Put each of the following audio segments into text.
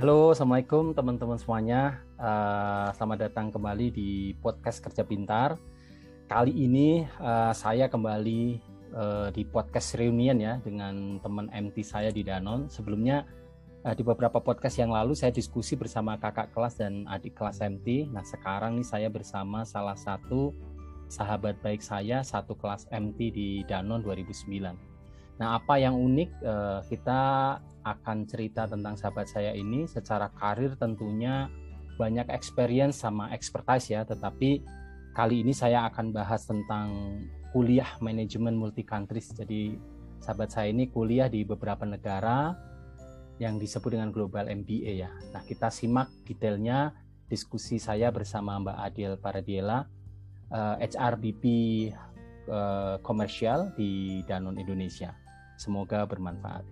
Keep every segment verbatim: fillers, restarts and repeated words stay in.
Halo, Assalamualaikum teman-teman semuanya. Uh, selamat datang kembali di podcast Kerja Pintar. Kali ini uh, saya kembali uh, di podcast reunian ya dengan teman M T saya di Danone. Sebelumnya uh, di beberapa podcast yang lalu saya diskusi bersama kakak kelas dan adik kelas M T. Nah sekarang nih saya bersama salah satu sahabat baik saya satu kelas M T di Danone dua ribu sembilan. Nah, apa yang unik, eh, kita akan cerita tentang sahabat saya ini. Secara karir tentunya banyak experience sama expertise ya, tetapi kali ini saya akan bahas tentang kuliah manajemen multi countries. Jadi sahabat saya ini kuliah di beberapa negara yang disebut dengan global M B A ya. Nah, kita simak detailnya diskusi saya bersama Mbak Adel Paradiela, eh, H R B P eh, komersial di Danone Indonesia. Semoga bermanfaat.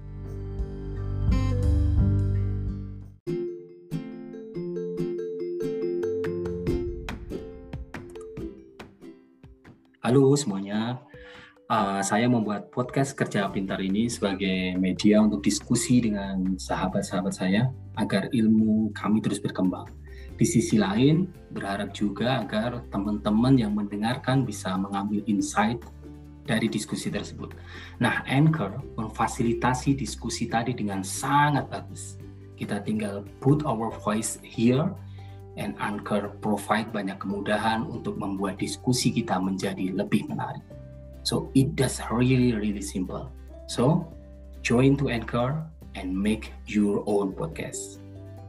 Halo semuanya, uh, saya membuat podcast Kerja Pintar ini sebagai media untuk diskusi dengan sahabat-sahabat saya agar ilmu kami terus berkembang. Di sisi lain, berharap juga agar teman-teman yang mendengarkan bisa mengambil insight dari diskusi tersebut. Nah, Anchor memfasilitasi diskusi tadi dengan sangat bagus. Kita tinggal put our voice here, and Anchor provide banyak kemudahan untuk membuat diskusi kita menjadi lebih menarik. So, it does really, really simple. So, join to Anchor and make your own podcast.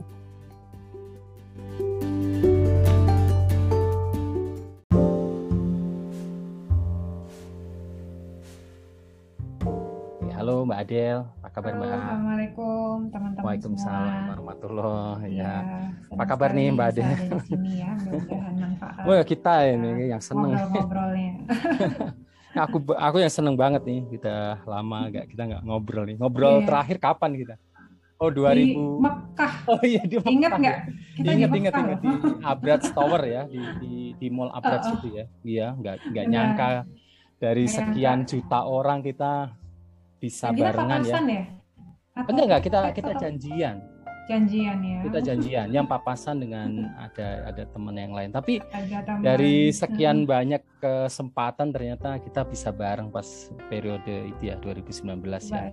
Halo Mbak Adel, apa kabar Halo, Mbak? Assalamualaikum teman-teman Waalaikumsalam semua. warahmatullahi Ya, ya. Apa kabar nih Mbak Adel? Ada di sini ya, mudah-mudahan manfaat. Wah kita ini yang seneng. Ngobrol-ngobrolnya. aku aku yang seneng banget nih, kita lama gak kita nggak ngobrol nih. Ngobrol yeah. Terakhir kapan kita? Oh dua ribu. Di Mekah. Oh iya di Mekah. Ingat nggak? Ya? Kita ingat, di ingat, Mekah ingat, di Abrats Tower ya, di di, di Mall Abrats uh, uh. itu ya. Iya, nggak nggak nyangka dari nggak sekian nyangka. Juta orang kita bisa kita barengan ya. ya? Enggak enggak kita kita janjian. Janjian ya. Kita janjian yang papasan dengan ada ada teman yang lain. Tapi dari sekian hmm. banyak kesempatan ternyata kita bisa bareng pas periode itu ya dua ribu sembilan belas ya.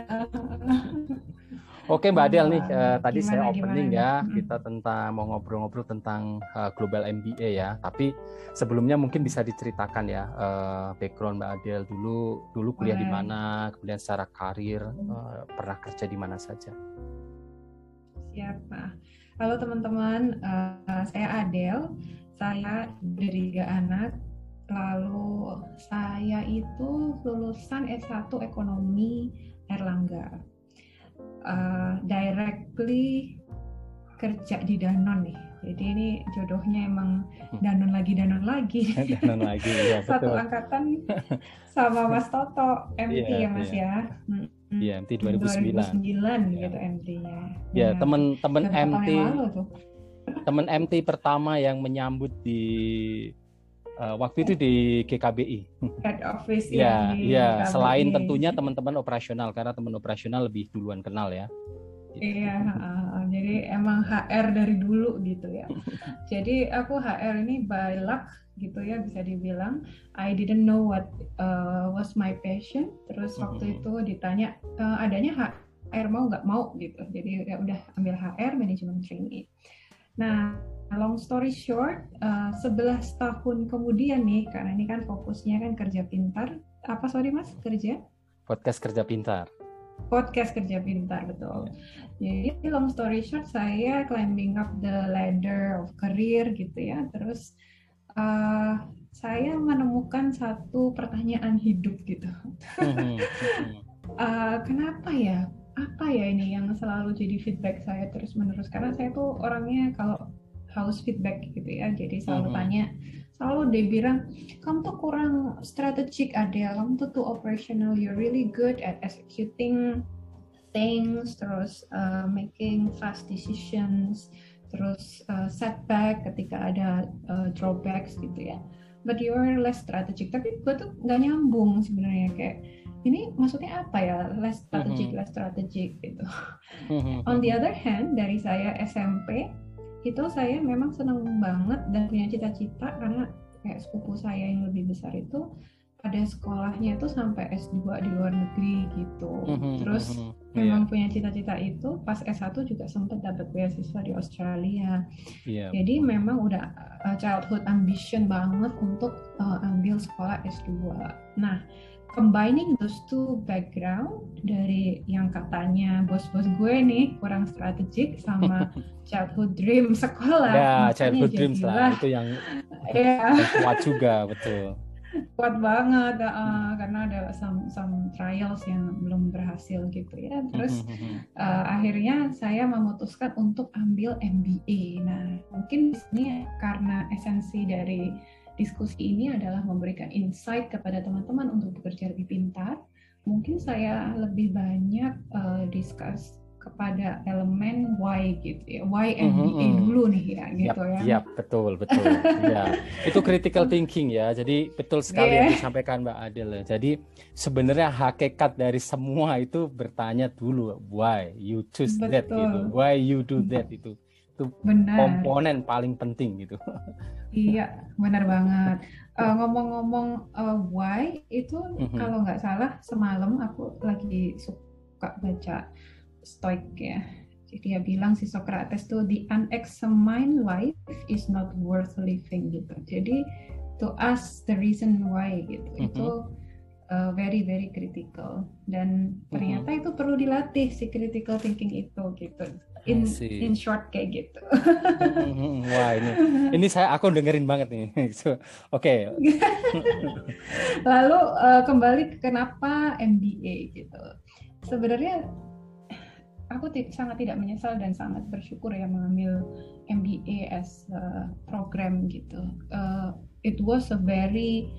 Oke Mbak Adel nih uh, tadi gimana, saya opening gimana? ya hmm. kita tentang mau ngobrol-ngobrol tentang uh, global M B A ya. Tapi sebelumnya mungkin bisa diceritakan ya uh, background Mbak Adel dulu dulu kuliah di mana, kemudian secara karir uh, pernah kerja di mana saja. Siap. Halo teman-teman, uh, saya Adel. Saya dari tiga anak. Lalu saya itu lulusan S satu Ekonomi Erlangga. Uh, directly kerja di Danone nih. Jadi ini jodohnya emang Danone lagi Danone lagi. Danone lagi ya, Satu angkatan sama Mas Toto M T yeah, ya Mas yeah. ya. Iya, M T dua ribu sembilan. dua ribu sembilan ya. Gitu M T-nya. Ya, teman-teman M T. Teman M T pertama yang menyambut di uh, waktu itu di G K B I. Head office ya. Iya, selain tentunya teman-teman operasional karena teman operasional lebih duluan kenal ya. Iya, uh, jadi emang H R dari dulu gitu ya. Jadi aku H R ini by luck gitu ya bisa dibilang. I didn't know what uh, was my passion. Terus waktu mm-hmm. itu ditanya uh, adanya H R mau nggak mau gitu. Jadi ya udah ambil H R management training. Nah, long story short, uh, sebelas tahun kemudian nih karena ini kan fokusnya kan kerja pintar. Apa sorry Mas kerja? Podcast Kerja Pintar. Podcast Kerja Pintar, betul. Yeah. Jadi long story short, saya climbing up the ladder of career gitu ya. Terus uh, saya menemukan satu pertanyaan hidup gitu. uh, kenapa ya? Apa ya ini yang selalu jadi feedback saya terus menerus? Karena saya tuh orangnya kalau haus feedback gitu ya. Jadi selalu uh-huh. tanya. Selalu dia bilang, kamu tuh kurang strategik Adel, kamu tuh tuh operational, you're really good at executing things, terus uh, making fast decisions, terus uh, setback ketika ada uh, drawbacks gitu ya. but you're less strategic. Tapi gue tuh nggak nyambung sebenarnya, kayak ini maksudnya apa ya, less strategic, mm-hmm. less strategic gitu. Mm-hmm. On the other hand, dari saya S M P itu saya memang senang banget dan punya cita-cita, karena kayak sepupu saya yang lebih besar itu pada sekolahnya itu sampai S dua di luar negeri gitu. Mm-hmm, Terus mm-hmm, memang yeah. punya cita-cita itu, pas S satu juga sempat dapat beasiswa di Australia. Yeah. Jadi memang udah uh, childhood ambition banget untuk uh, ambil sekolah S dua. Nah, combining those two background, dari yang katanya bos-bos gue nih kurang strategik sama childhood dream sekolah. Ya, childhood dreams lah, itu yang, yeah. yang kuat juga, betul. Kuat banget, uh, karena ada some some trials yang belum berhasil gitu ya. Terus uh, akhirnya saya memutuskan untuk ambil M B A. Nah, mungkin di sini karena esensi dari diskusi ini adalah memberikan insight kepada teman-teman untuk bekerja lebih pintar. Mungkin saya lebih banyak uh, discuss kepada elemen why gitu ya, why M B A mm-hmm. dulu nih ya gitu yep, ya. Iya, betul, betul. Ya, itu critical thinking ya. Jadi betul sekali yeah. yang disampaikan Mbak Adel. Jadi sebenarnya hakikat dari semua itu bertanya dulu why you choose betul. that gitu, why you do that itu. Itu benar. Komponen paling penting gitu. Iya, benar banget. Uh, ngomong-ngomong uh, why itu mm-hmm. kalau nggak salah semalam aku lagi suka baca Stoik ya. Jadi dia bilang si Socrates tuh, the unexamined life is not worth living gitu. Jadi to ask the reason why gitu. Mm-hmm. Itu uh, very very critical, dan ternyata mm-hmm. itu perlu dilatih si critical thinking itu gitu. In in short kayak gitu. Mm-hmm. Wah, ini ini saya aku dengerin banget nih. So, oke. Okay. Lalu uh, kembali ke kenapa M B A gitu. Sebenarnya aku t- sangat tidak menyesal dan sangat bersyukur ya mengambil M B A as a program gitu. Uh, it was a very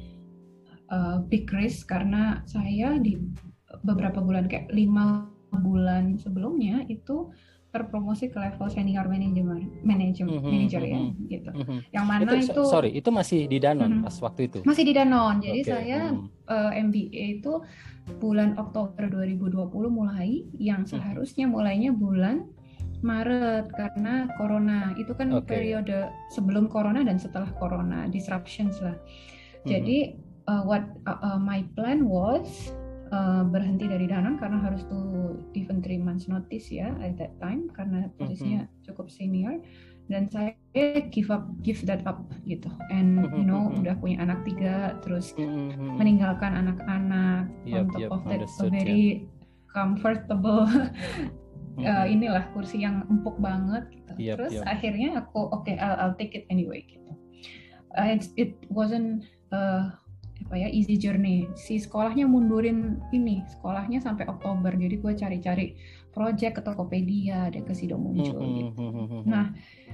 uh, big risk, karena saya di beberapa bulan, kayak lima bulan sebelumnya itu terpromosi ke level senior manager, manager, mm-hmm, manager ya mm-hmm, gitu. Mm-hmm. Yang mana itu, itu sorry itu masih di Danone mm-hmm. pas waktu itu. Masih di Danone. Jadi okay. saya mm-hmm. uh, M B A itu bulan Oktober dua ribu dua puluh mulai, yang seharusnya mulainya bulan Maret karena corona. Itu kan okay. periode sebelum corona dan setelah corona, disruptions lah. Mm-hmm. Jadi uh, what uh, uh, my plan was Uh, berhenti dari Danone karena harus tuh even three months notice ya at that time, karena posisinya mm-hmm. cukup senior, dan saya give up give that up gitu, and you know mm-hmm. udah punya anak tiga, terus mm-hmm. meninggalkan anak-anak yep, on top yep, of that a very yeah. comfortable mm-hmm. uh, inilah kursi yang empuk banget gitu. Yep, terus yep. akhirnya aku oke okay, I'll, I'll take it anyway gitu. Uh, it, it wasn't uh, apa ya easy journey. Si sekolahnya mundurin ini, sekolahnya sampai Oktober. Jadi gue cari-cari project ke Tokopedia, ada ke Sido muncul gitu. Nah,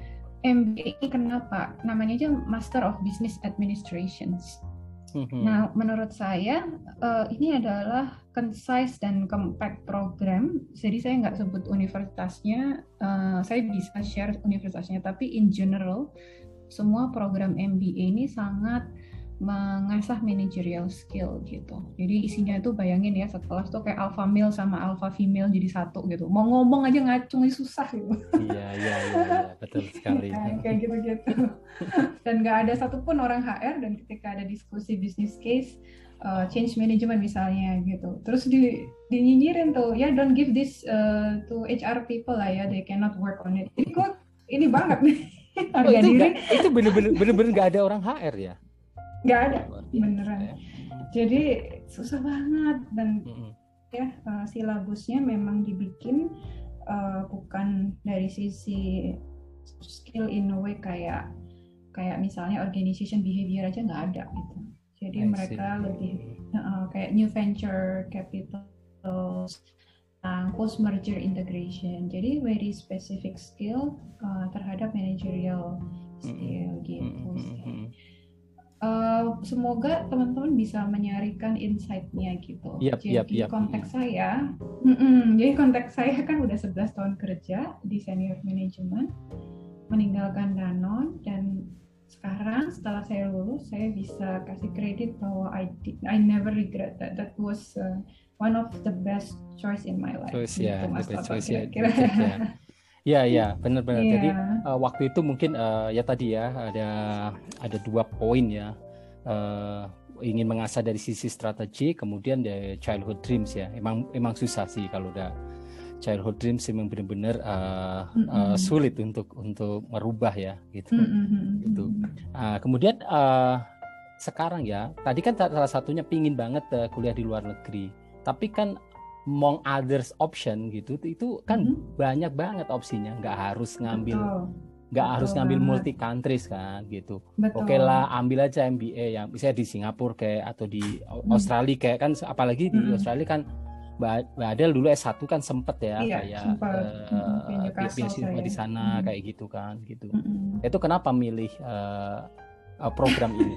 M B A ini kenapa? Namanya aja Master of Business Administration. Nah, menurut saya uh, ini adalah concise dan compact program. Jadi saya nggak sebut universitasnya, uh, saya bisa share universitasnya, tapi in general semua program M B A ini sangat mengasah managerial skill gitu. Jadi isinya itu bayangin ya, sekelas tuh kayak alpha male sama alpha female jadi satu gitu. Mau ngomong aja ngacung susah gitu. Iya, iya, iya, ya, betul sekali. Ya, kayak gitu-gitu. Dan nggak ada satupun orang H R, dan ketika ada diskusi business case, uh, change management misalnya gitu. Terus di dinyinyirin tuh, ya don't give this uh, to H R people lah ya, they cannot work on it. Jadi kok ini banget nih. Oh, itu gak, itu bener-bener bener-bener nggak ada orang H R ya? Nggak ada, beneran. Jadi susah banget, dan mm-hmm. ya uh, silabusnya memang dibikin uh, bukan dari sisi skill in a way kayak kayak misalnya organization behavior aja nggak ada gitu. Jadi I mereka see. lebih uh, kayak new venture capital, uh, post merger integration. Jadi very specific skill uh, terhadap managerial skill mm-hmm. gitu sih. Mm-hmm. Uh, semoga teman-teman bisa menyarikan insight-nya gitu. Yep, jadi yep, yep. konteks saya, mm-mm, jadi konteks saya kan udah sebelas tahun kerja di senior management, meninggalkan Danone, dan sekarang setelah saya lulus saya bisa kasih kredit bahwa I did, I never regret that. That was uh, one of the best choice in my life. Choice Gitu ya, the Mas best Toto choice ya, kira-kira. you take ya. Ya, ya, benar-benar. Jadi Iya. uh, waktu itu mungkin uh, ya tadi ya ada ada dua poin ya. Uh, ingin mengasah dari sisi strategi, kemudian dari childhood dreams ya. Emang emang susah sih kalau udah childhood dreams memang benar-benar uh, uh, sulit untuk untuk merubah ya gitu. Gitu. Uh, kemudian uh, sekarang ya, tadi kan salah satunya pingin banget uh, kuliah di luar negeri. Tapi kan among others option gitu itu kan mm-hmm. banyak banget opsinya, nggak harus ngambil nggak harus ngambil banget. multi countries kan gitu. Betul. Oke lah, ambil aja M B A yang misalnya di Singapura kayak atau di mm. Australia kayak kan, apalagi di mm-hmm. Australia kan Mbak Adel dulu S satu kan sempet ya iya, kayak uh, beasiswa di sana mm-hmm. kayak gitu kan gitu. Mm-hmm. Itu kenapa milih uh, uh, program ini?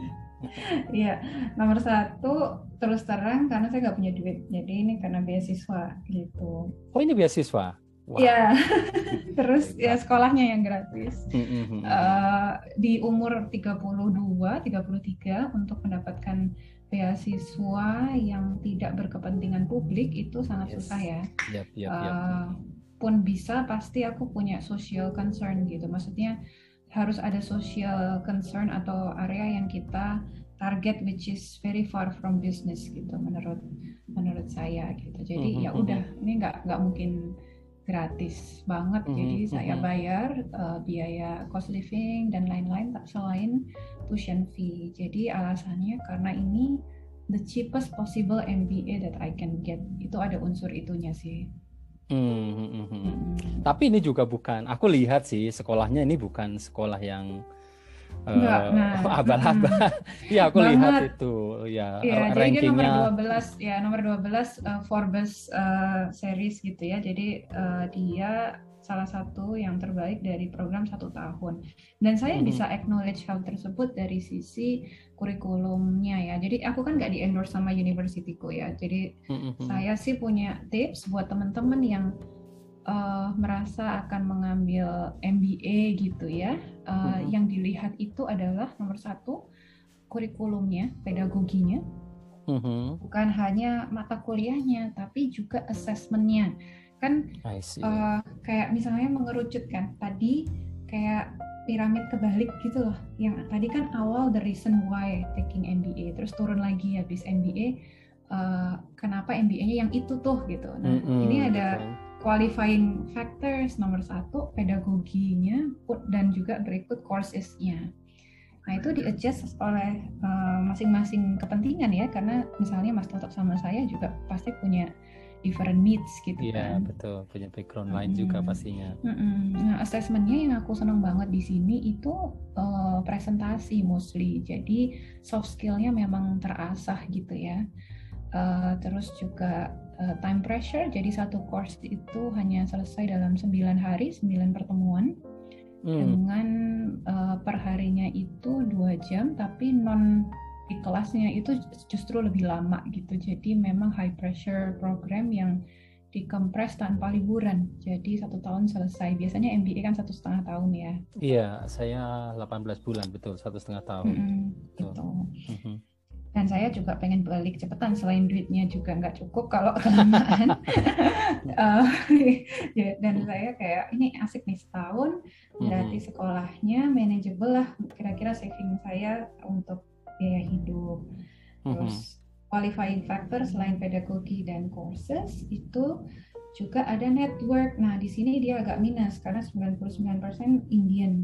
Iya, nomor satu terus terang karena saya nggak punya duit, jadi ini karena beasiswa gitu. Oh ini beasiswa? Iya, wow. Terus ya sekolahnya yang gratis. Mm-hmm. Uh, di umur tiga puluh dua, tiga puluh tiga untuk mendapatkan beasiswa yang tidak berkepentingan publik itu sangat yes. susah ya. Yep, yep, yep. Uh, pun bisa pasti aku punya social concern gitu, maksudnya harus ada social concern atau area yang kita target which is very far from business gitu menurut menurut saya gitu. Jadi mm-hmm. ya udah ini nggak nggak mungkin gratis banget. Mm-hmm. Jadi saya bayar uh, biaya cost living dan lain-lain tak selain tuition fee. Jadi alasannya karena ini the cheapest possible M B A that I can get. Itu ada unsur itunya sih. Hmm, hmm, hmm. Tapi ini juga bukan, aku lihat sih sekolahnya ini bukan sekolah yang Enggak, uh, nah, abal-abal. Iya, aku banget. Lihat itu ya, ya rankingnya. Jadi dia nomor dua belas ya, nomor dua belas uh, Forbes uh, series gitu ya. Jadi uh, dia salah satu yang terbaik dari program satu tahun. Dan saya mm-hmm. bisa acknowledge hal tersebut dari sisi kurikulumnya ya. Jadi aku kan nggak di endorse sama universityku ya. Jadi mm-hmm. saya sih punya tips buat teman-teman yang uh, merasa akan mengambil M B A gitu ya. Uh, mm-hmm. Yang dilihat itu adalah nomor satu kurikulumnya, pedagoginya. Mm-hmm. Bukan hanya mata kuliahnya, tapi juga assessment-nya. Kan uh, kayak misalnya mengerucutkan tadi kayak piramid kebalik gitu loh, yang tadi kan awal the reason why taking M B A, terus turun lagi habis M B A uh, kenapa M B A-nya yang itu tuh gitu. Nah mm-hmm, ini ada betul. Qualifying factors nomor satu pedagoginya dan juga berikut courses-nya. Nah itu di-adjust oleh uh, masing-masing kepentingan ya, karena misalnya Mas Toto sama saya juga pasti punya different needs gitu yeah, kan. Iya betul, punya background mm-hmm. lain juga pastinya. Mm-hmm. Nah assessment-nya yang aku senang banget di sini itu uh, presentasi mostly, jadi soft skill-nya memang terasah gitu ya. Uh, terus juga uh, time pressure, jadi satu course itu hanya selesai dalam sembilan hari, sembilan pertemuan. Hmm. Dengan uh, perharinya itu dua jam, tapi non di kelasnya itu justru lebih lama gitu. Jadi memang high pressure program yang dikompres tanpa liburan. Jadi satu tahun selesai. Biasanya M B A kan satu setengah tahun ya. Iya, saya delapan belas bulan betul, satu setengah tahun. Mm-hmm, gitu. Mm-hmm. Dan saya juga pengen balik cepetan, selain duitnya juga nggak cukup kalau kelamaan. uh, dan saya kayak ini asik nih setahun, berarti sekolahnya manageable lah, kira-kira saving saya untuk biaya hidup. Terus qualifying factor selain pedagogi dan courses itu juga ada network. Nah di sini dia agak minus karena sembilan puluh sembilan persen Indian.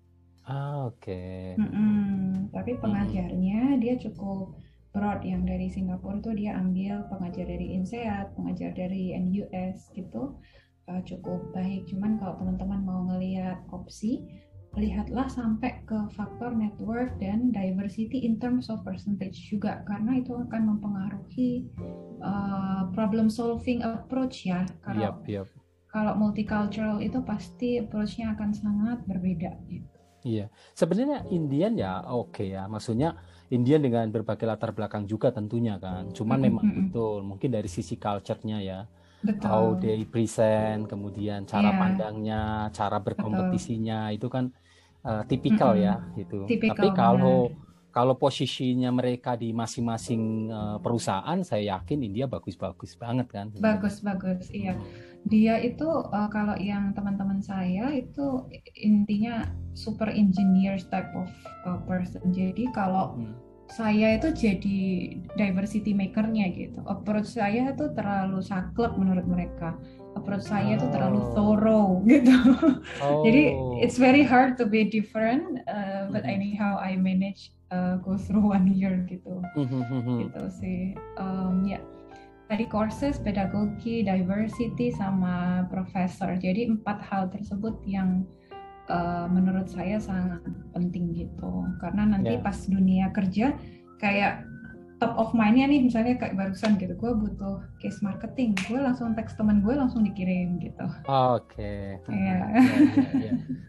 Ah, oke. Okay. Tapi pengajarnya dia cukup broad. Yang dari Singapura itu dia ambil pengajar dari INSEAD, pengajar dari N U S gitu, uh, cukup baik. Cuman kalau teman-teman mau ngelihat opsi, lihatlah sampai ke faktor network dan diversity in terms of percentage juga, karena itu akan mempengaruhi uh, problem solving approach ya. Kalau yep, yep. kalau multicultural itu pasti approach-nya akan sangat berbeda gitu. Iya, sebenarnya Indian ya oke okay ya, maksudnya Indian dengan berbagai latar belakang juga tentunya kan, cuman mm-hmm. memang betul mungkin dari sisi culture-nya ya, betul. How they present, kemudian cara yeah. pandangnya, cara berkompetisinya betul. Itu kan uh, tipikal Mm-mm. ya gitu. Tipikal, Tapi kalau benar. kalau posisinya mereka di masing-masing uh, perusahaan, saya yakin India bagus-bagus banget kan sebenarnya. Bagus, bagus. Iya. Hmm. Dia itu uh, kalau yang teman-teman saya itu intinya super engineers type of uh, person. Jadi kalau Hmm. saya itu jadi diversity maker-nya gitu. Approach saya itu terlalu saklek menurut mereka. Approach saya itu terlalu Oh. thorough gitu. Jadi Oh. it's very hard to be different, uh, but Mhm. anyhow I manage uh, go through one year gitu. Mhm, mhm. Gitu sih. Um, ya. Tadi courses, pedagogi, diversity, sama profesor. Jadi empat hal tersebut yang uh, menurut saya sangat penting gitu. Karena nanti Ya. pas dunia kerja kayak top of mind-nya nih, misalnya kayak barusan gitu, gue butuh case marketing, gue langsung teks teman gue langsung dikirim gitu. Oke. Iya. Iya, iya, iya.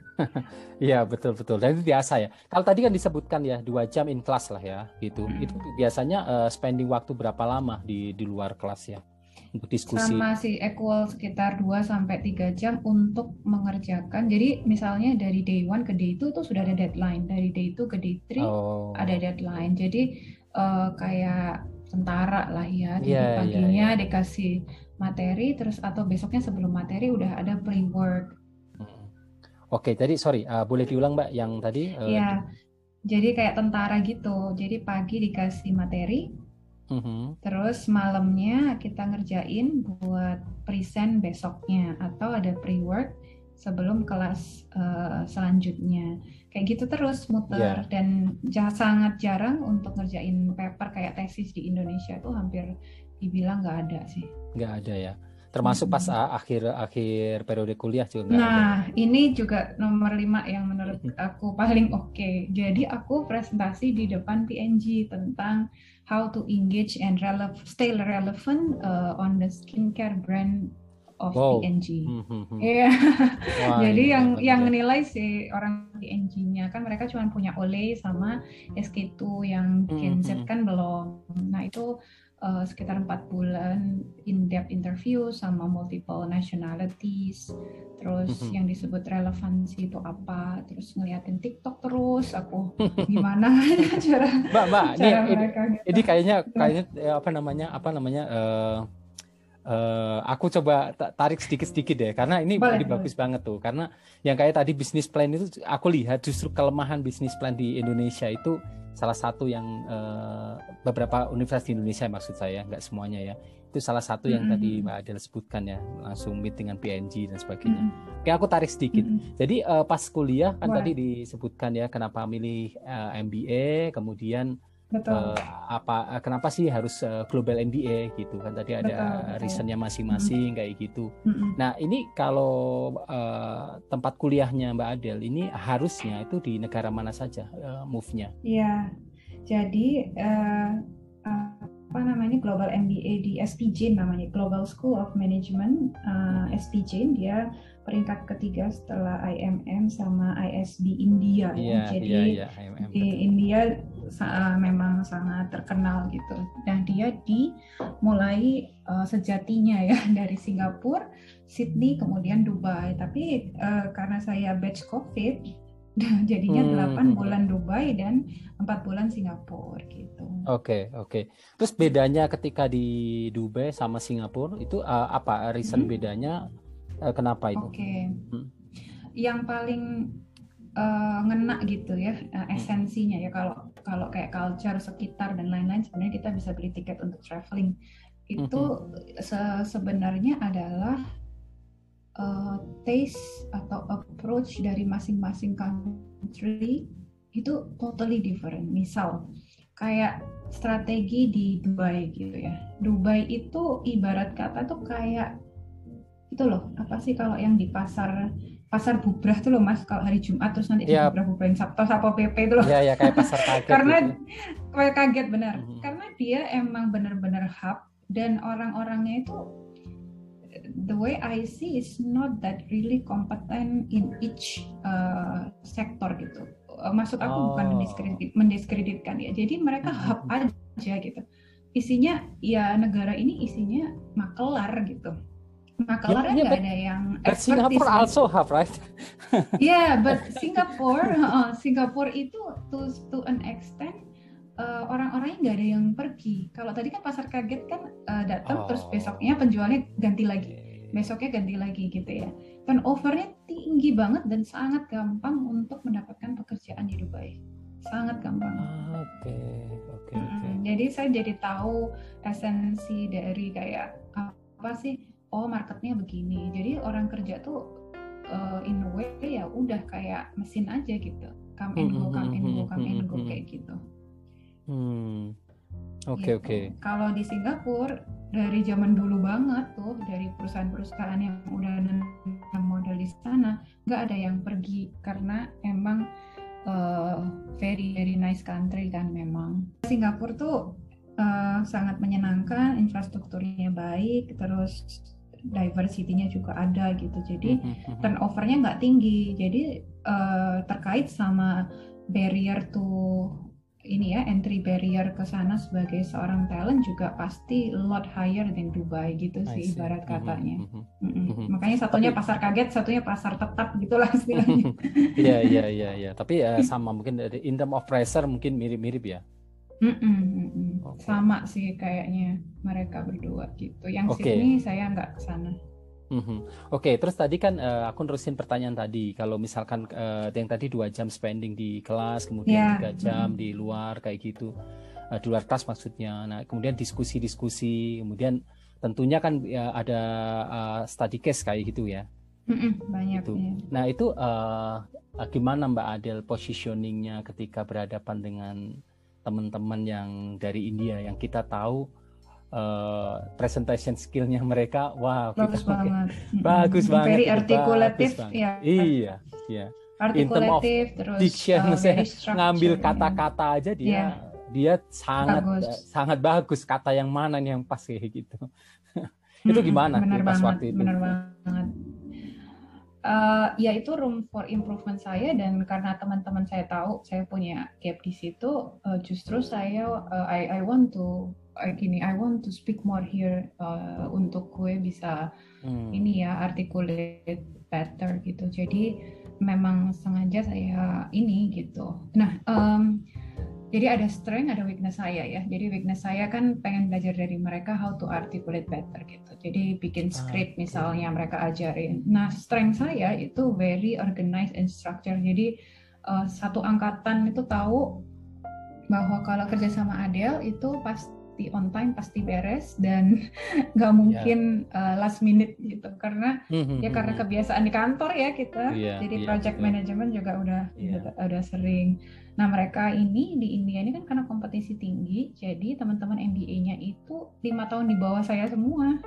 Iya, betul betul. Dan itu biasa ya. Kalau tadi kan disebutkan ya dua jam in class lah ya, gitu. Mm. Itu biasanya uh, spending waktu berapa lama di di luar kelas ya untuk diskusi? Sama si equal sekitar dua sampai tiga jam untuk mengerjakan. Jadi misalnya dari day one ke day two itu sudah ada deadline. Dari day two ke day three Oh. ada deadline. Jadi uh, kayak tentara lah ya. Jadi Iya, iya, paginya iya. dikasih materi terus atau besoknya sebelum materi udah ada pre-work. Hmm. Oke, tadi sorry, uh, boleh diulang Mbak yang tadi? Uh, Ya, jadi kayak tentara gitu. Jadi pagi dikasih materi, uh-huh. terus malamnya kita ngerjain buat present besoknya atau ada pre-work sebelum kelas uh, selanjutnya. Kayak gitu terus muter. Yeah. Dan j- sangat jarang untuk ngerjain paper kayak tesis di Indonesia tuh hampir dibilang nggak ada sih. Nggak ada ya. Termasuk pas Mm-mm. akhir akhir periode kuliah juga nggak ada. Nah, ini juga nomor lima yang menurut aku paling oke. Okay. Jadi aku presentasi di depan P N G tentang how to engage and rele- stay relevant uh, on the skincare brand of Wow. P N G. Hmm. Iya. Wah, Jadi ini yang hebat yang ya. nilai si orang P N G-nya kan mereka cuma punya Olay sama S K dua yang Gen Z kan belum. Nah, itu Uh, sekitar empat bulan in-depth interview sama multiple nationalities, terus Mm-hmm. yang disebut relevansi itu apa, terus ngeliatin TikTok terus aku gimana cara Mbak, Mbak, cara ini, mereka ini, gitu. ini kayaknya kayaknya apa namanya apa namanya uh, uh, aku coba tarik sedikit-sedikit deh karena ini, boleh, ini boleh. bagus banget tuh karena yang kayak tadi bisnis plan itu aku lihat justru kelemahan bisnis plan di Indonesia itu salah satu yang uh, beberapa universitas di Indonesia maksud saya, nggak semuanya ya, itu salah satu yang mm-hmm. tadi Mbak Adel sebutkan ya, langsung meet dengan P N G dan sebagainya. Mm-hmm. Oke, aku tarik sedikit. Mm-hmm. Jadi uh, pas kuliah kan Boleh. Tadi disebutkan ya kenapa milih uh, M B A, kemudian Uh, apa kenapa sih harus uh, global M B A gitu kan, tadi ada betul, betul. reasonnya masing-masing mm-hmm. kayak gitu. Mm-hmm. Nah ini kalau uh, tempat kuliahnya Mbak Adel ini harusnya itu di negara mana saja uh, move-nya? Iya, jadi uh, uh, apa namanya global M B A di S P J namanya, Global School of Management, uh, S P J dia peringkat ketiga setelah I M M sama I S B India yeah, ya. Jadi yeah, yeah, I M M, di betul. India uh, memang sangat terkenal gitu. Dan dia dimulai uh, sejatinya ya dari Singapura, Sydney, kemudian Dubai. Tapi uh, karena saya batch COVID, jadinya delapan hmm. bulan Dubai dan empat bulan Singapura gitu. Oke, okay, oke. Okay. Terus bedanya ketika di Dubai sama Singapura itu uh, apa reason hmm. bedanya? Kenapa itu? Oke, okay. hmm. yang paling uh, ngena gitu ya uh, esensinya ya, kalau kalau kayak culture sekitar dan lain-lain sebenarnya kita bisa beli tiket untuk traveling itu mm-hmm. se- sebenarnya adalah uh, taste atau approach dari masing-masing country itu totally different. Misal kayak strategi di Dubai gitu ya. Dubai itu ibarat kata tuh kayak itu loh, apa sih kalau yang di pasar pasar bubrah tuh loh Mas, kalau hari Jumat terus nanti ya, di bubrah-bubrahin Sabtu Sapo P P itu loh. Iya ya, kayak pasar kaget. Karena gitu. kaget benar. Mm-hmm. Karena dia emang benar-benar hub dan orang-orangnya itu the way I see is not that really competent in each uh, sektor gitu. Maksud aku oh. bukan mendiskredit, mendiskreditkan ya. Jadi mereka mm-hmm. hub aja gitu. Isinya ya negara ini isinya makelar gitu. Makelar kan nggak ada yang expertise. Singapore also have, right? Yeah, but Singapore, uh, Singapore itu to to an extent uh, orang-orangnya nggak ada yang pergi. Kalau tadi kan pasar kaget kan uh, datang terus besoknya Oh, penjualnya ganti lagi, oke. besoknya ganti lagi gitu ya. Turnovernya tinggi banget dan sangat gampang untuk mendapatkan pekerjaan di Dubai, sangat gampang. Ah, oke, oke, oke. Mm-mm. Jadi saya jadi tahu esensi dari kayak apa sih? Oh, marketnya begini. Jadi orang kerja tuh uh, in a way ya udah kayak mesin aja gitu. Come and go, come and go, come and go kayak gitu. Hmm, oke, Gitu. oke. Kalau di Singapura dari zaman dulu banget tuh, dari perusahaan-perusahaan yang udah nanam modal di sana nggak ada yang pergi karena emang uh, very very nice country kan memang. Singapura tuh uh, sangat menyenangkan, infrastrukturnya baik, terus diversity-nya juga ada gitu. Jadi turnover-nya nggak tinggi. Jadi uh, terkait sama barrier to ini ya, entry barrier ke sana sebagai seorang talent juga pasti a lot higher than Dubai gitu sih ibarat katanya. Mm-mm. Makanya satunya Tapi, pasar kaget, satunya pasar tetap gitulah istilahnya. Iya, iya, iya, iya. Tapi ya sama mungkin dari in term of pressure mungkin mirip-mirip ya. Mm-mm, mm-mm. Oke. Sama sih kayaknya mereka berdua gitu. Yang Oke. Sydney saya nggak ke sana. Mhm. Oke, terus tadi kan uh, aku nerusin pertanyaan tadi. Kalau misalkan uh, yang tadi dua jam spending di kelas, kemudian Ya, tiga jam mm-mm. di luar kayak gitu, uh, di luar kelas maksudnya. Nah, kemudian diskusi-diskusi, kemudian tentunya kan ya, ada uh, study case kayak gitu ya. Mm-mm, banyak Itu. ya. Nah, itu uh, gimana Mbak Adel positioningnya ketika berhadapan dengan teman-teman yang dari India yang kita tahu uh, presentation skillnya mereka, wah kita Bagus oke, banget. bagus Mm-mm. banget Very itu, bagus articulative banget. ya. Iya, iya. In term of Articulative terus diction, uh, saya very structured. ngambil Ya. kata-kata aja dia Yeah. dia sangat Bagus. sangat bagus kata yang mana nih yang pas kayak gitu. Itu gimana bener pas banget, waktu itu? bener banget. Uh, ya itu room for improvement saya dan karena teman-teman saya tahu saya punya gap di situ, uh, justru saya uh, I I want to uh, gini I want to speak more here uh, untuk gue bisa hmm. ini ya articulate better gitu. Jadi memang sengaja saya ini gitu. Nah. Um, Jadi ada strength, ada weakness saya ya. Jadi weakness saya kan pengen belajar dari mereka how to articulate better gitu. Jadi bikin script okay. misalnya mereka ajarin. Nah strength saya itu very organized and structured. Jadi uh, satu angkatan itu tahu bahwa kalau kerja sama Adel itu pasti on time, pasti beres dan nggak mungkin yeah. uh, last minute gitu. Karena ya karena kebiasaan di kantor ya kita. Yeah, Jadi yeah, project yeah. management juga udah yeah. udah, udah sering. Nah mereka ini di India ini kan karena kompetisi tinggi, jadi teman-teman M B A-nya itu lima tahun di bawah saya semua.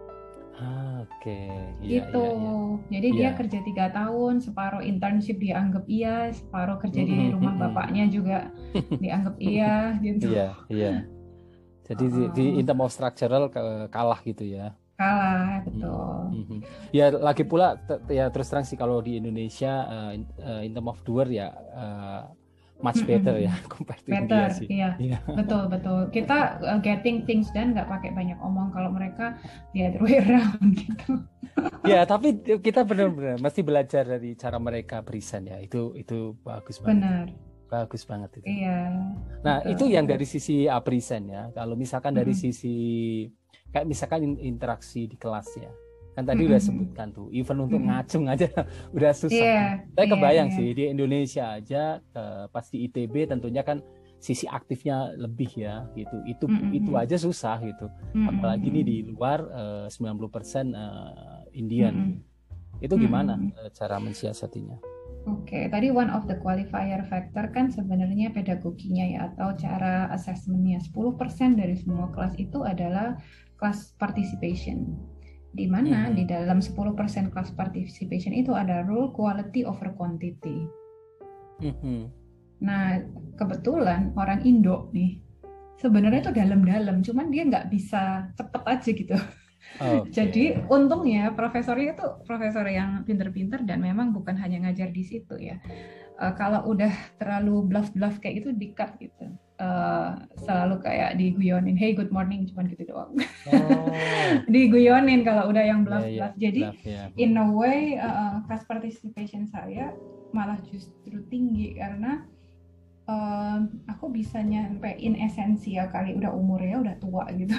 Ah, oke. Okay. Gitu. Yeah, yeah, yeah. Jadi yeah. dia kerja tiga tahun, separuh internship dianggap iya, separuh kerja di rumah bapaknya juga dianggap iya, gitu. Iya, yeah, iya. Yeah. Jadi uh, di, di in term of structural kalah gitu ya. Kalah, betul. Mm-hmm. Ya lagi pula ya terus terang sih kalau di Indonesia uh, in, uh, in term of doer ya. Uh, much better mm-hmm. ya compared to better, India sih. Iya, yeah. betul betul. Kita uh, getting things done nggak pakai banyak omong. Kalau mereka the other way around gitu. Ya tapi kita benar-benar mesti belajar dari cara mereka present ya. Itu itu bagus banget. Benar. Bagus banget itu. Iya. Nah betul. Itu yang dari sisi uh, present ya. Kalau misalkan dari mm-hmm. sisi kayak misalkan interaksi di kelas ya. Kan tadi mm-hmm. udah sebutkan tuh, even untuk mm-hmm. ngacung aja udah susah. Yeah, Saya kebayang yeah, yeah. sih di Indonesia aja uh, pas di I T B tentunya kan sisi aktifnya lebih ya gitu. Itu mm-hmm. itu aja susah gitu. Mm-hmm. Apalagi ini di luar uh, sembilan puluh persen uh, Indian. Mm-hmm. Itu gimana mm-hmm. uh, cara mensiasatinya? Oke, okay. Tadi one of the qualifier factor kan sebenarnya pedagoginya ya atau cara assessment-nya. sepuluh persen dari semua kelas itu adalah kelas participation. Di mana mm-hmm. di dalam sepuluh persen class participation itu ada rule quality over quantity. Mm-hmm. Nah, kebetulan orang Indo nih, sebenarnya itu dalam-dalam, cuman dia nggak bisa cepet aja gitu. Okay. Jadi untungnya profesornya itu profesor yang pinter-pinter dan memang bukan hanya ngajar di situ ya. Uh, kalau udah terlalu bluff-bluff kayak gitu di-cut gitu. uh, selalu kayak diguyonin, hey good morning, cuman gitu doang. Oh. Diguyonin kalau udah yang bluff-bluff. Yeah, yeah, Jadi bluff, yeah. in a way uh, class participation saya malah justru tinggi karena uh, aku bisa nyampein esensi ya, kali udah umurnya udah tua gitu.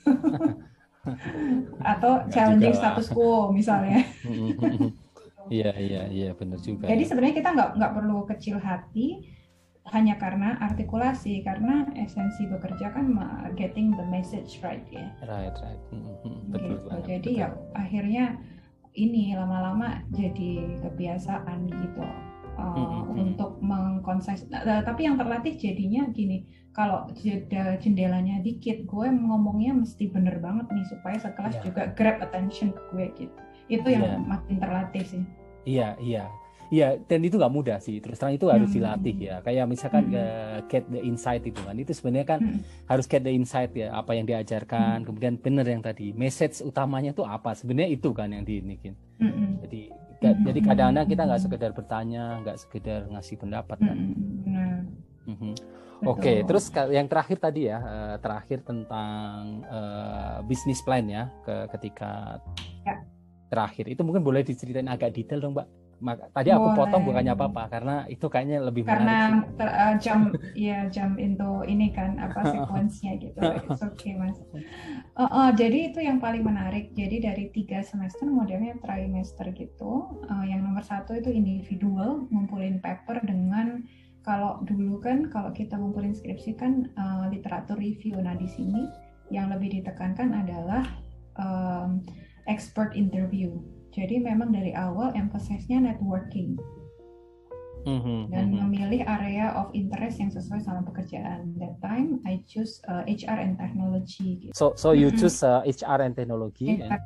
Atau Nggak challenging juga lah. status quo misalnya. Iya iya iya benar juga. Jadi ya. sebenarnya kita nggak nggak perlu kecil hati hanya karena artikulasi, karena esensi bekerja kan getting the message right ya. Right right. Betul Gitu. banget. Jadi betul. ya akhirnya ini lama-lama jadi kebiasaan gitu uh, mm-hmm. untuk mengkonses. Nah, tapi yang terlatih jadinya gini, kalau jendelanya dikit, gue ngomongnya mesti bener banget nih supaya sekelas yeah. juga grab attention ke gue gitu. Itu yang yeah. makin terlatih sih. Iya iya. Iya, dan itu nggak mudah sih. Terus terang itu harus hmm. dilatih ya. Kayak misalkan hmm. uh, get the insight itu kan. Itu sebenarnya kan hmm. harus get the insight ya. Apa yang diajarkan. Hmm. Kemudian benar yang tadi. Message utamanya itu apa? Sebenarnya itu kan yang diinikin. Hmm. Jadi hmm. jadi kadang-kadang kita nggak sekedar bertanya, nggak sekedar ngasih pendapat kan. Hmm. Hmm. Oke, okay, terus yang terakhir tadi ya. Uh, terakhir tentang uh, business plan ya. Ke, ketika ya. Terakhir. Itu mungkin boleh diceritain agak detail dong, Mbak. Maka, tadi aku Boleh. potong bukannya apa-apa karena itu kayaknya lebih karena menarik. Karena uh, jump ya jump into ini kan apa sekuensnya gitu. It's okay Mas. Uh, uh, jadi itu yang paling menarik. Jadi dari tiga semester modelnya trimester gitu. Uh, yang nomor satu itu individual, ngumpulin paper dengan kalau dulu kan kalau kita ngumpulin skripsi kan uh, literatur review. Nah di sini yang lebih ditekankan adalah um, expert interview. Jadi memang dari awal emphasize-nya networking mm-hmm, dan mm-hmm. memilih area of interest yang sesuai sama pekerjaan. That time I choose uh, H R and technology. Gitu. So so you choose uh, H R and technology. Yeah.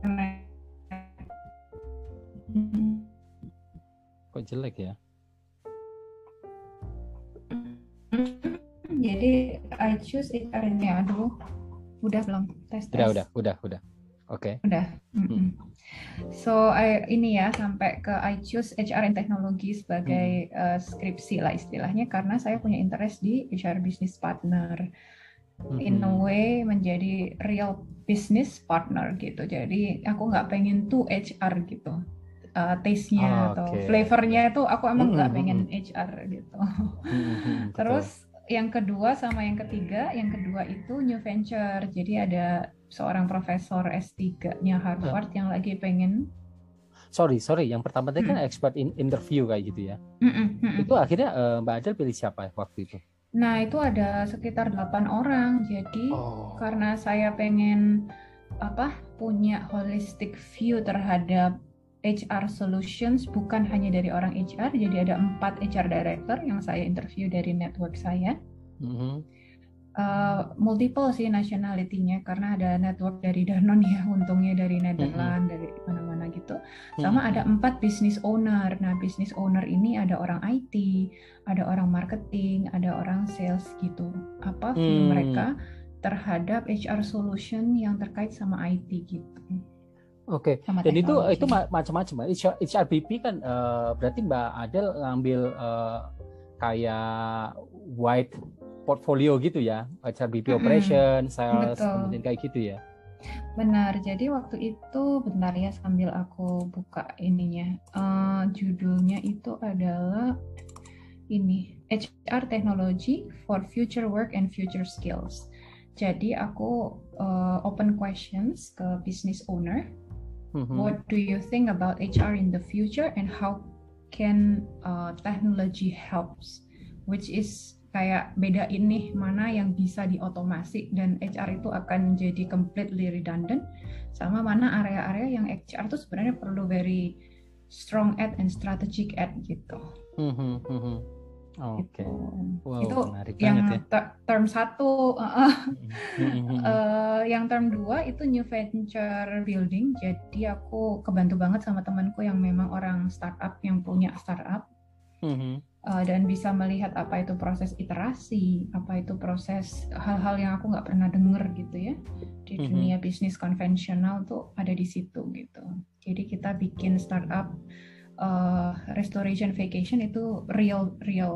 And... Kok jelek ya? Jadi I choose H R and ya aduh, udah belum tes tes. Udah udah udah udah. Oke. Okay. Udah. Hmm. So I, ini ya sampai ke I choose H R and teknologi sebagai hmm. uh, skripsi lah istilahnya karena saya punya interest di H R business partner. Hmm. In a way menjadi real business partner gitu. Jadi aku nggak pengen tuh H R gitu. Uh, taste-nya oh, atau okay. flavornya itu aku emang nggak hmm. pengen H R gitu. Hmm. Terus yang kedua sama yang ketiga, yang kedua itu new venture. Jadi ada seorang profesor S tiga-nya Harvard yang lagi pengen sorry sorry yang pertama tadi hmm. kan expert in interview kayak gitu ya. Hmm, hmm, itu akhirnya uh, Mbak Adel pilih siapa waktu itu? Nah itu ada sekitar delapan orang. Jadi oh. karena saya pengen apa punya holistic view terhadap H R solutions bukan hanya dari orang H R. Jadi ada empat H R director yang saya interview dari network saya. Mm-hmm. Uh, multiple sih nationality-nya karena ada network dari Danone ya, untungnya dari Netherlands, mm-hmm. dari mana-mana gitu. Sama mm-hmm. ada empat business owner. Nah, business owner ini ada orang I T, ada orang marketing, ada orang sales gitu. Apa view mm. mereka terhadap H R solution yang terkait sama I T gitu. Oke. Okay. Dan itu itu macam-macam. H R B P kan uh, berarti Mbak Adel ngambil uh, kayak wide portfolio gitu ya, H R B P mm-hmm. operation, sales, Betul. kemudian kayak gitu ya. Benar. Jadi waktu itu bentar ya sambil aku buka ininya. Uh, judulnya itu adalah ini H R Technology for Future Work and Future Skills. Jadi aku uh, open questions ke business owner. Mm-hmm. What do you think about H R in the future and how can uh, technology helps? Which is kayak bedain nih mana yang bisa diotomasi dan H R itu akan jadi completely redundant sama mana area-area yang H R itu sebenarnya perlu very strong at and strategic at gitu. Mm-hmm, mm-hmm. Oke. Okay. Gitu. Wow, itu yang ya. ter- term satu, uh, mm-hmm. uh, yang term dua itu new venture building. Jadi aku kebantu banget sama temanku yang memang orang startup yang punya startup. Mm-hmm. Uh, dan bisa melihat apa itu proses iterasi, apa itu proses hal-hal yang aku nggak pernah dengar gitu ya di mm-hmm. dunia bisnis konvensional tuh ada di situ gitu. Jadi kita bikin startup uh, restoration vacation itu real real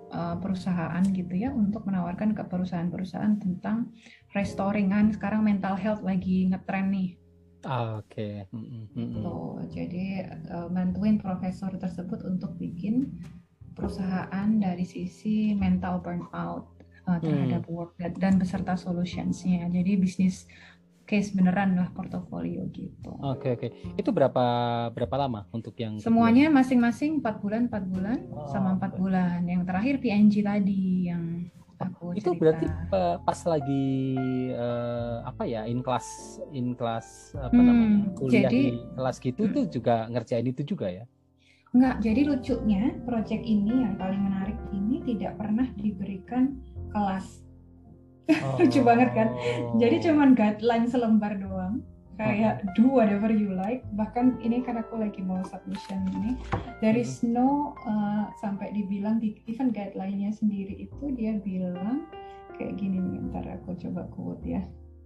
uh, perusahaan gitu ya untuk menawarkan ke perusahaan-perusahaan tentang restoringan. Sekarang mental health lagi ngetren nih. Ah, oke. Okay. Gitu. Jadi uh, bantuin profesor tersebut untuk bikin perusahaan dari sisi mental burnout uh, terhadap hmm. work dan beserta solutions-nya. Jadi bisnis case beneran lah portofolio gitu. Oke okay, oke. Okay. Itu berapa berapa lama untuk yang semuanya kedua? Masing-masing empat bulan empat bulan oh, sama empat bulan. Yang terakhir P N G tadi yang aku itu cerita. Berarti pas lagi uh, apa ya in class in class apa hmm, namanya kuliah jadi, di kelas gitu hmm. tuh juga ngerjain itu juga ya? Enggak. Jadi lucunya project ini yang paling menarik ini tidak pernah diberikan kelas. Oh. Lucu banget kan. Jadi cuman guideline selembar doang. Kayak uh-huh. do whatever you like. Bahkan ini kan aku lagi mau submission ini. There is no uh, sampai dibilang di even guideline-nya sendiri itu dia bilang kayak gini nih. Ntar aku coba quote ya.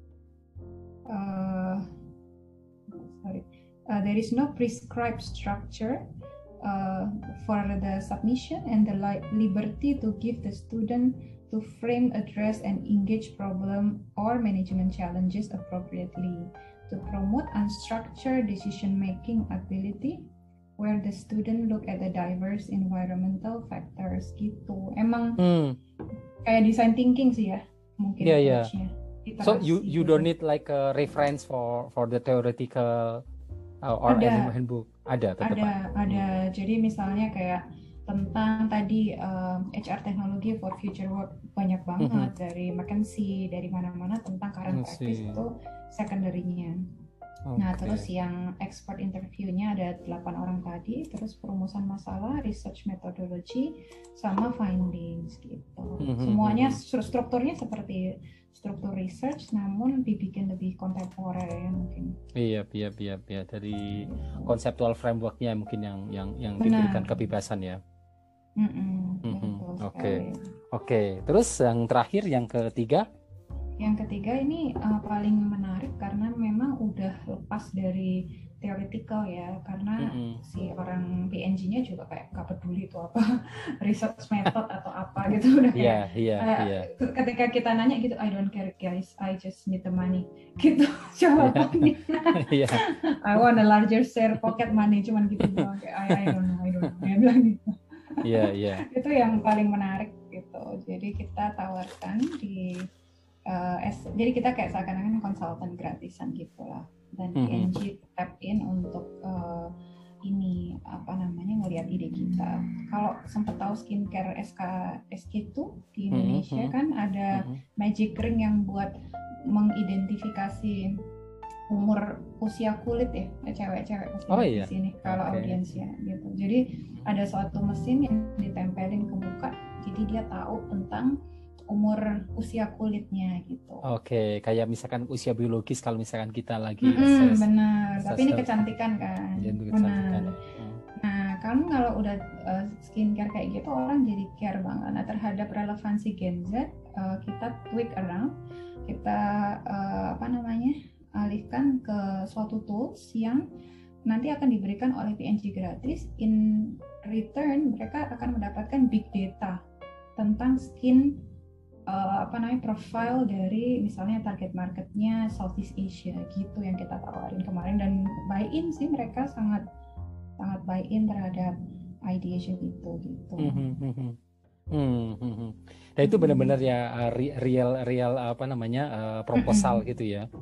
Uh, sorry. Uh, there is no prescribed structure uh, for the submission and the li- liberty to give the student to frame, address, and engage problem or management challenges appropriately, to promote unstructured decision-making ability, where the student look at the diverse environmental factors gitu. Emang hmm. kayak design thinking sih ya, mungkin yeah, approach-nya. Yeah. So you you gitu. Don't need like a reference for for the theoretical uh, or ada. handbook. Ada tetap. Ada, ada. Hmm. Jadi misalnya kayak tentang tadi um, H R teknologi for future work banyak banget mm-hmm. dari McKinsey, dari mana-mana tentang current practice itu secondary-nya. Okay. Nah terus yang expert interview-nya ada delapan orang tadi, terus perumusan masalah, research methodology, sama findings gitu. Mm-hmm. Semuanya strukturnya seperti struktur research, namun dibikin lebih kontemporer ya mungkin. Iya, iya, iya, iya. Dari konseptual framework-nya mungkin yang yang yang diberikan kebebasan ya. Mm-hmm. Oke, okay. Oke. Okay. Terus yang terakhir, yang ketiga? Yang ketiga ini uh, paling menarik karena memang udah lepas dari theoretical ya, karena mm-hmm. si orang P N G-nya juga kayak gak peduli itu apa research method atau apa gitu udah kayak yeah, yeah, uh, yeah. ketika kita nanya gitu, I don't care guys, I just need the money gitu jawabannya. Yeah. Yeah. I want a larger share pocket money, cuman gitu doang kayak I, I don't know, I don't know, dia bilang gitu. Iya, yeah, iya. Yeah. Itu yang paling menarik gitu. Jadi kita tawarkan di uh, es, jadi kita kayak seakan-akan konsultan gratisan gitu lah. Dan mm-hmm. P N G tap in untuk uh, ini apa namanya ngelihat ide kita. Kalau sempat tahu skincare S K S K itu di Indonesia mm-hmm. kan ada mm-hmm. magic ring yang buat mengidentifikasi umur usia kulit ya, cewek-cewek pasti oh, iya. di sini kalau okay. audiensnya gitu. Jadi ada suatu mesin yang ditempelin ke muka, jadi dia tahu tentang umur usia kulitnya gitu. Oke, okay. Kayak misalkan usia biologis kalau misalkan kita lagi mm-hmm, assess, benar. Assess tapi ini kecantikan kan. Ya, kecantikan. Benar. Hmm. Nah, kan kalau udah uh, skincare kayak gitu orang jadi care banget. Nah, terhadap relevansi Gen Z uh, kita tweak around, kita uh, apa namanya? alihkan ke suatu tools yang nanti akan diberikan oleh P N G gratis. In return mereka akan mendapatkan big data tentang skin uh, apa namanya profile dari misalnya target marketnya Southeast Asia gitu yang kita tawarin kemarin, dan buy in sih mereka sangat sangat buy in terhadap ideation itu gitu. Mm-hmm. Mm-hmm. Dan itu benar-benar ya real real apa namanya uh, proposal gitu ya.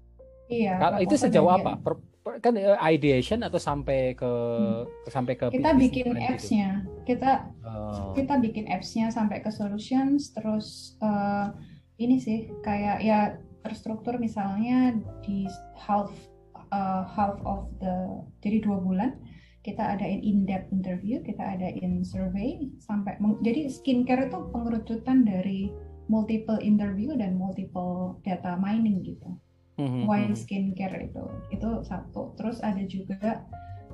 Iya. Kalau itu sejauh apa? Per, per, kan ideation atau sampai ke hmm. sampai ke kita bikin apps-nya. Gitu? Kita oh. kita bikin apps-nya sampai ke solutions, terus uh, ini sih kayak ya terstruktur misalnya di half uh, half of the jadi dua bulan kita adain in-depth interview, kita adain survey sampai jadi skincare itu pengerucutan dari multiple interview dan multiple data mining gitu. Why skincare itu itu satu. Terus ada juga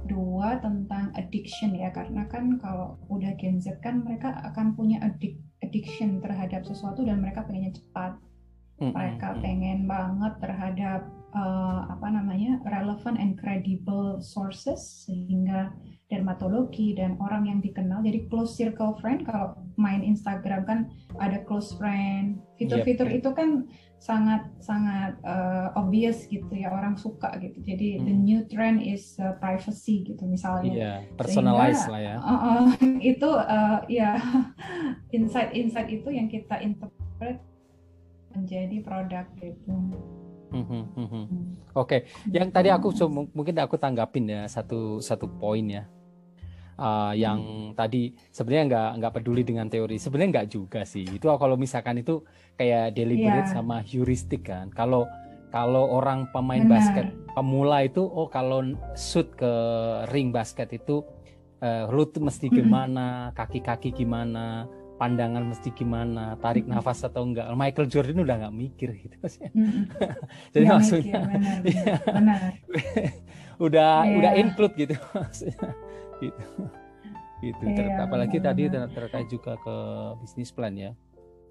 dua tentang addiction ya, karena kan kalau udah Gen Z kan mereka akan punya addic- addiction terhadap sesuatu dan mereka pengennya cepat. Mereka pengen banget terhadap uh, apa namanya relevant and credible sources, sehingga dermatologi dan orang yang dikenal. Jadi close circle friend, kalau main Instagram kan ada close friend. Fitur-fitur Yep, yep. itu kan sangat sangat uh, obvious gitu ya, orang suka gitu. Jadi the Hmm. new trend is uh, privacy gitu misalnya. Iya, personalize Sehingga lah ya. uh, uh, itu uh, ya insight-insight itu yang kita interpret menjadi produk gitu. Hmm, hmm, hmm, hmm. Oke, okay. Yang tadi aku mungkin aku tanggapin ya satu satu poin ya. Uh, yang hmm. tadi sebenarnya nggak nggak peduli dengan teori, sebenarnya nggak juga sih. Itu kalau misalkan itu kayak deliberate yeah. sama heuristik kan. Kalau kalau orang pemain Benar. basket pemula itu, oh kalau shoot ke ring basket itu uh, lutut mesti gimana, kaki-kaki gimana, pandangan mesti gimana, tarik mm-hmm. nafas atau enggak. Michael Jordan udah nggak mikir gitu. Mm-hmm. Jadi ya, maksudnya mikir, benar, ya, benar. udah yeah. udah include gitu maksudnya. Gitu, gitu. Iya, apalagi benar, tadi benar. terkait juga ke bisnis plan ya.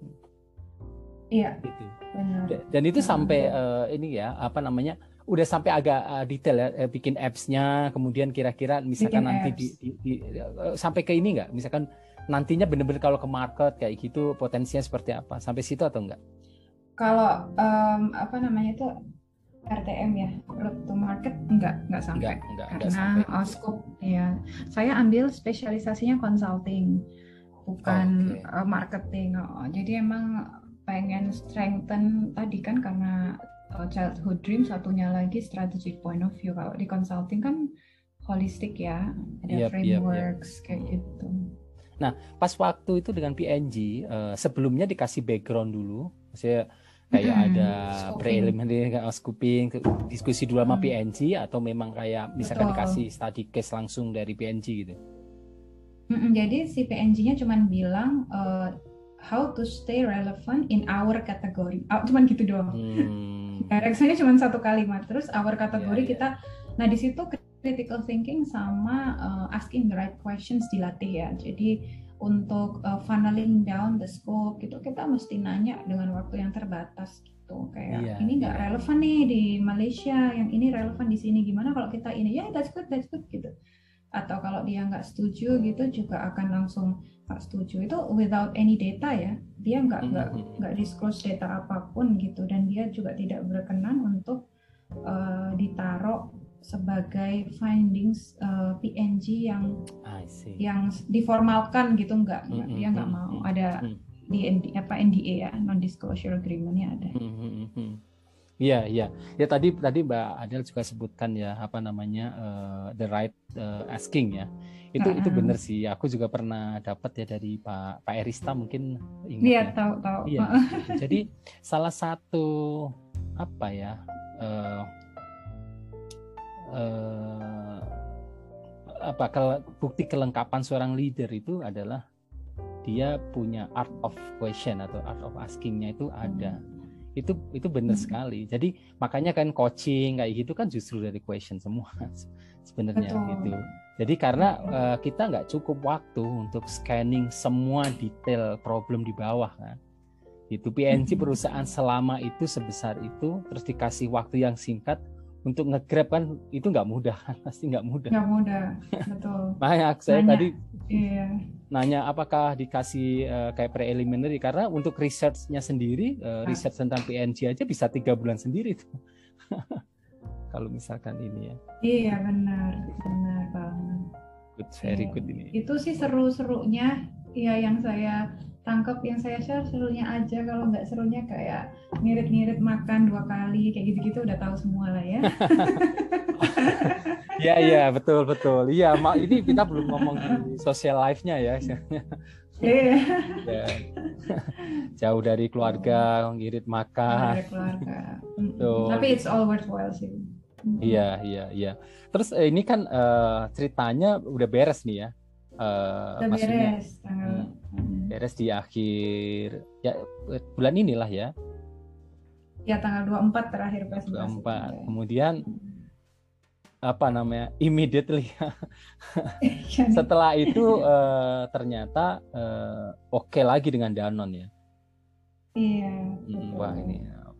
Iya. Gitu. Benar. Dan itu benar. sampai uh, ini ya apa namanya, udah sampai agak uh, detail ya, uh, bikin apps-nya, kemudian kira-kira misalkan bikin nanti di, di, di, uh, sampai ke ini nggak? Misalkan nantinya benar-benar kalau ke market kayak gitu potensinya seperti apa? Sampai situ atau enggak? Kalau um, apa namanya itu R T M ya, route to market enggak enggak sampai enggak, enggak, karena enggak sampai. Uh, scope ya. Saya ambil spesialisasinya consulting bukan oh, okay. uh, marketing. Oh, jadi emang pengen strengthen tadi kan karena uh, childhood dream, satunya lagi strategic point of view. Kalau di consulting kan holistik ya, ada yep, frameworks yep, yep. kayak gitu. Nah, pas waktu itu dengan P N G uh, sebelumnya dikasih background dulu, maksudnya kayak hmm, ada preliminary scoping, diskusi dulu sama hmm. P N G atau memang kayak misalkan Betul. dikasih study case langsung dari P N G gitu? Hmm, jadi si P N G-nya cuma bilang uh, how to stay relevant in our category, oh, cuman gitu doang. Hmm. Directionnya cuma satu kalimat, terus our category yeah, kita, yeah. nah di situ critical thinking sama uh, asking the right questions dilatih ya. Jadi untuk uh, funneling down the scope gitu kita mesti nanya dengan waktu yang terbatas gitu, kayak yeah, ini nggak yeah. relevan nih di Malaysia, yang ini relevan di sini, gimana kalau kita ini, ya yeah, that's good that's good gitu. Atau kalau dia nggak setuju gitu juga akan langsung nggak setuju, itu without any data ya, dia nggak nggak mm-hmm. nggak disclose data apapun gitu, dan dia juga tidak berkenan untuk uh, ditaruh sebagai findings uh, P N G yang yang diformalkan gitu, nggak mm-hmm. dia nggak mau ada mm-hmm. di N D, apa N D A ya, non disclosure agreement-nya ada. Mm-hmm. Iya iya ya, tadi tadi Mbak Adel juga sebutkan ya apa namanya uh, the right uh, asking ya, itu uh-huh. itu benar sih, aku juga pernah dapat ya dari Pak Pak Erista, mungkin ingat ya, ya. tahu tahu. Iya. Gitu. Jadi salah satu apa ya uh, Uh, apa ke, bukti kelengkapan seorang leader itu adalah dia punya art of question atau art of asking-nya itu ada. Hmm. Itu itu benar hmm. sekali. Jadi makanya kan coaching kayak gitu kan justru dari question semua sebenarnya gitu. Jadi karena uh, kita nggak cukup waktu untuk scanning semua detail problem di bawah kan. Itu P N G perusahaan selama itu sebesar itu terus dikasih waktu yang singkat untuk nge-grab kan itu nggak mudah kan, pasti nggak mudah. Nggak mudah, betul. Makanya saya nanya, tadi iya. nanya apakah dikasih uh, kayak preliminary, karena untuk research-nya sendiri, uh, ah. research tentang P N G aja bisa tiga bulan sendiri tuh. Kalau misalkan ini ya. Iya benar, benar banget. Good, very iya. good ini. Itu sih seru-serunya, ya yang saya tangkap, yang saya share serunya aja. Kalau nggak serunya kayak ngirit-ngirit makan dua kali kayak gitu-gitu udah tahu semua lah ya. Iya iya betul betul. Iya mak ini kita belum ngomong di social life-nya ya. Iya. Ya. Jauh dari keluarga, ngirit makan. Dari keluarga. Tapi it's all worthwhile sih. Iya iya iya. Terus eh, ini kan uh, ceritanya udah beres nih ya. Uh, udah maksudnya beres tanggal hmm, beres di akhir ya bulan inilah ya. Ya tanggal dua puluh empat terakhir presentasi. dua puluh empat. Ya. Kemudian apa namanya? Immediately. Setelah itu uh, ternyata uh, oke okay lagi dengan Danone ya. Iya. Hmm, wah ini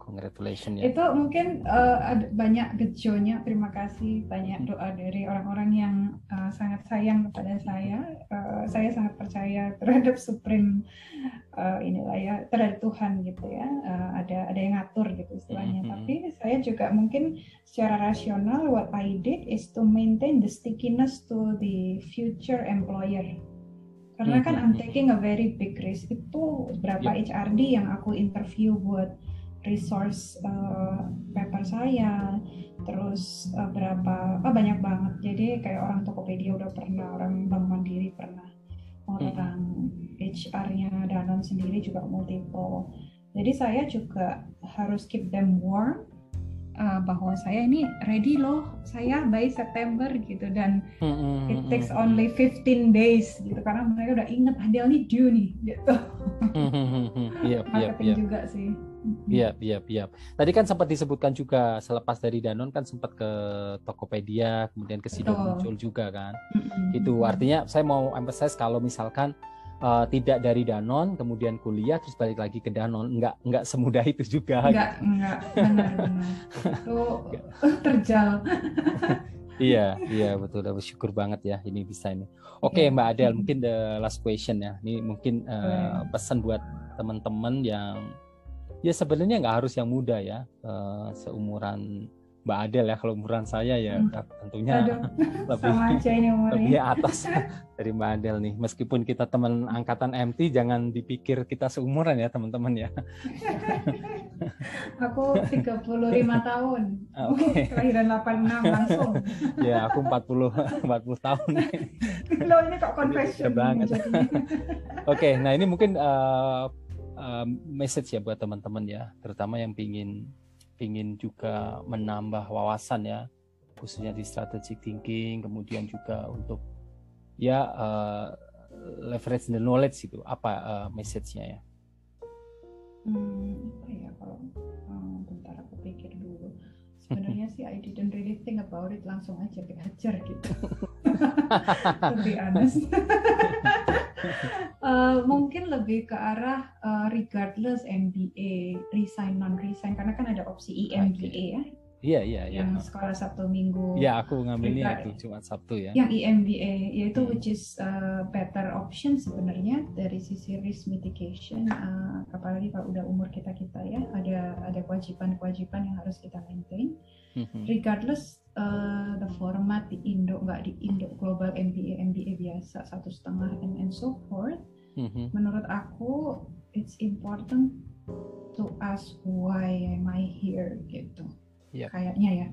congratulations ya. Itu mungkin uh, ada banyak gejonya, terima kasih, banyak doa dari orang-orang yang uh, sangat sayang kepada saya. Uh, saya sangat percaya terhadap Supreme uh, inilah ya, terhadap Tuhan gitu ya. Uh, ada ada yang ngatur gitu istilahnya. Mm-hmm. Tapi saya juga mungkin secara rasional, what I did is to maintain the stickiness to the future employer. Karena kan I'm taking a very big risk. Itu berapa yep. H R D yang aku interview buat resource uh, paper saya, terus uh, berapa, oh banyak banget. Jadi kayak orang Tokopedia udah pernah, orang Bank Mandiri pernah, orang hmm. H R-nya Danone sendiri juga multiple. Jadi saya juga harus keep them warm, uh, bahwa saya ini ready loh, saya by September gitu, dan hmm. it takes only fifteen days gitu, karena mereka udah inget Adele nih due nih gitu. Iya, iya, iya. juga sih. Iya, iya, iya. Tadi kan sempat disebutkan juga selepas dari Danone kan sempat ke Tokopedia, kemudian ke Sido muncul juga kan. Mm-hmm. Gitu. Artinya saya mau emphasize kalau misalkan uh, tidak dari Danone, kemudian kuliah terus balik lagi ke Danone, enggak enggak semudah itu juga. Enggak, gitu. Enggak, benar-benar. Itu terjal. Iya, iya betul. Bersyukur banget ya ini bisa ini. Oke, okay, Mbak Adele, mungkin the last question ya. Ini mungkin uh, pesan buat teman-teman yang ya sebenarnya nggak harus yang muda ya, uh, seumuran Mbak Adele ya. Kalau umuran saya ya hmm. tentunya Aduh, lebih lebih atas dari Mbak Adele nih. Meskipun kita teman angkatan M T, jangan dipikir kita seumuran ya teman-teman ya. Aku tiga puluh lima tahun, okay. Kelahiran delapan puluh enam langsung. Ya, aku empat puluh tahun. Loh, ini kok confession banget. Oke, okay, nah ini mungkin uh, uh, message ya buat teman-teman ya, terutama yang pingin pingin juga menambah wawasan ya, khususnya di strategic thinking, kemudian juga untuk ya uh, leverage the knowledge itu, apa uh, message-nya ya? Hmm, apa ya kalau oh, bentar aku pikir dulu. Sebenarnya sih I didn't really think about it, langsung aja diajar gitu. To be honest. uh, mungkin lebih ke arah uh, regardless M B A, resign non resign, karena kan ada opsi E M B A okay. ya. Iya iya iya. Yang sekolah Sabtu Minggu. Iya, aku ngambilnya itu cuma Sabtu ya. Yang E M B A yaitu hmm. which is uh, better option sebenarnya dari sisi risk mitigation, uh, apalagi kalau udah umur kita-kita ya, ada ada kewajiban-kewajiban yang harus kita maintain. Hmm. Regardless uh, the format di Indo, nggak di Indo, global M B A, M B A biasa satu setengah and and so forth. Hmm. Menurut aku it's important to ask why am I here gitu. Yep. Kayaknya ya.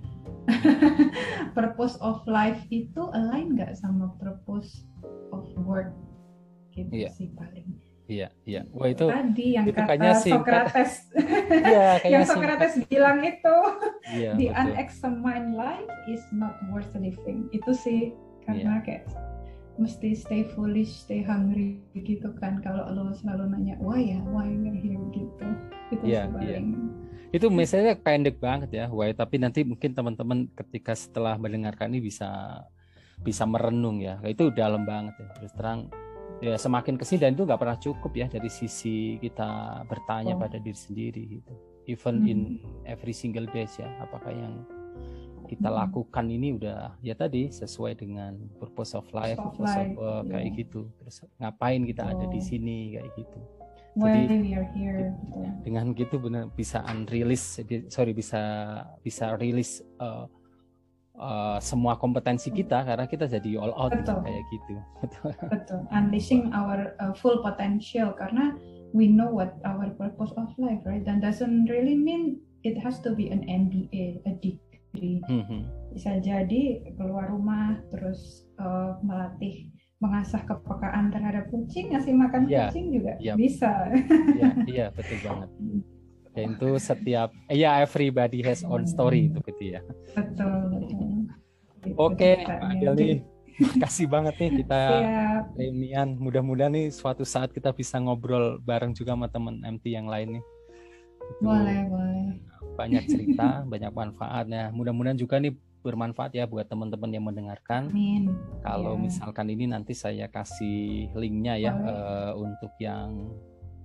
Purpose of life itu align nggak sama purpose of work gitu yeah. sih paling. Iya, iya. Wah itu tadi yang itu kata Socrates. Iya, yang Socrates singkat. Bilang itu, yeah, the betul. Unexamined life is not worth living. Itu sih karena yeah. kayak mesti stay foolish, stay hungry gitu kan. Kalau lo selalu nanya why ya, why you're here gitu. Itu yeah, sih paling. Yeah. Itu misalnya pendek banget ya, why, tapi nanti mungkin teman-teman ketika setelah mendengarkan ini bisa bisa merenung ya, itu dalam banget ya, terus terang ya, semakin kesini dan itu nggak pernah cukup ya dari sisi kita bertanya oh. pada diri sendiri gitu, even hmm. in every single days ya, apakah yang kita hmm. lakukan ini udah ya tadi sesuai dengan purpose of life, of purpose life. of work yeah. kayak gitu, terus ngapain kita oh. ada di sini kayak gitu. Jadi we are here. Dengan gitu benar bisa unrelease, sorry bisa bisa rilis uh, uh, semua kompetensi kita karena kita jadi all out gitu, kayak gitu. Betul. Unleashing our uh, full potential karena we know what our purpose of life, right? Dan doesn't really mean it has to be an M B A, a degree. Mm-hmm. Bisa jadi keluar rumah terus uh, melatih mengasah kepekaan terhadap kucing, ngasih makan yeah, kucing juga yeah. bisa. Iya, yeah, betul banget. Dan itu setiap, ya yeah, everybody has own story itu gitu ya. Betul, betul. Oke, okay, Pak Adele nih, makasih banget nih kita reunian. Mudah-mudahan nih suatu saat kita bisa ngobrol bareng juga sama teman M T yang lain nih. Itu boleh, boleh. Banyak cerita, banyak manfaatnya. Mudah-mudahan juga nih bermanfaat ya buat teman-teman yang mendengarkan. Amin. Kalau yeah. misalkan ini nanti saya kasih linknya ya uh, untuk yang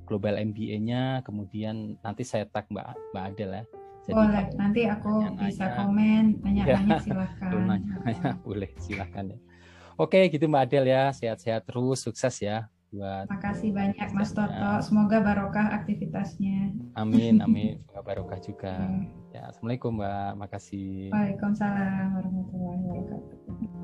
Global M B A-nya, kemudian nanti saya tag Mbak Mbak Adel ya. Jadi boleh, nanti aku nanya-nanya, bisa komen, nanya-nanya ya, silakan. nanya-nanya boleh, silakan ya. Oke, gitu Mbak Adel ya, sehat-sehat terus, sukses ya buat. Makasih banyak Mas Toto, semoga barokah aktivitasnya. Amin, amin, semoga barokah juga. Okay. Ya, Assalamualaikum Mbak, makasih. Waalaikumsalam warahmatullahi wabarakatuh.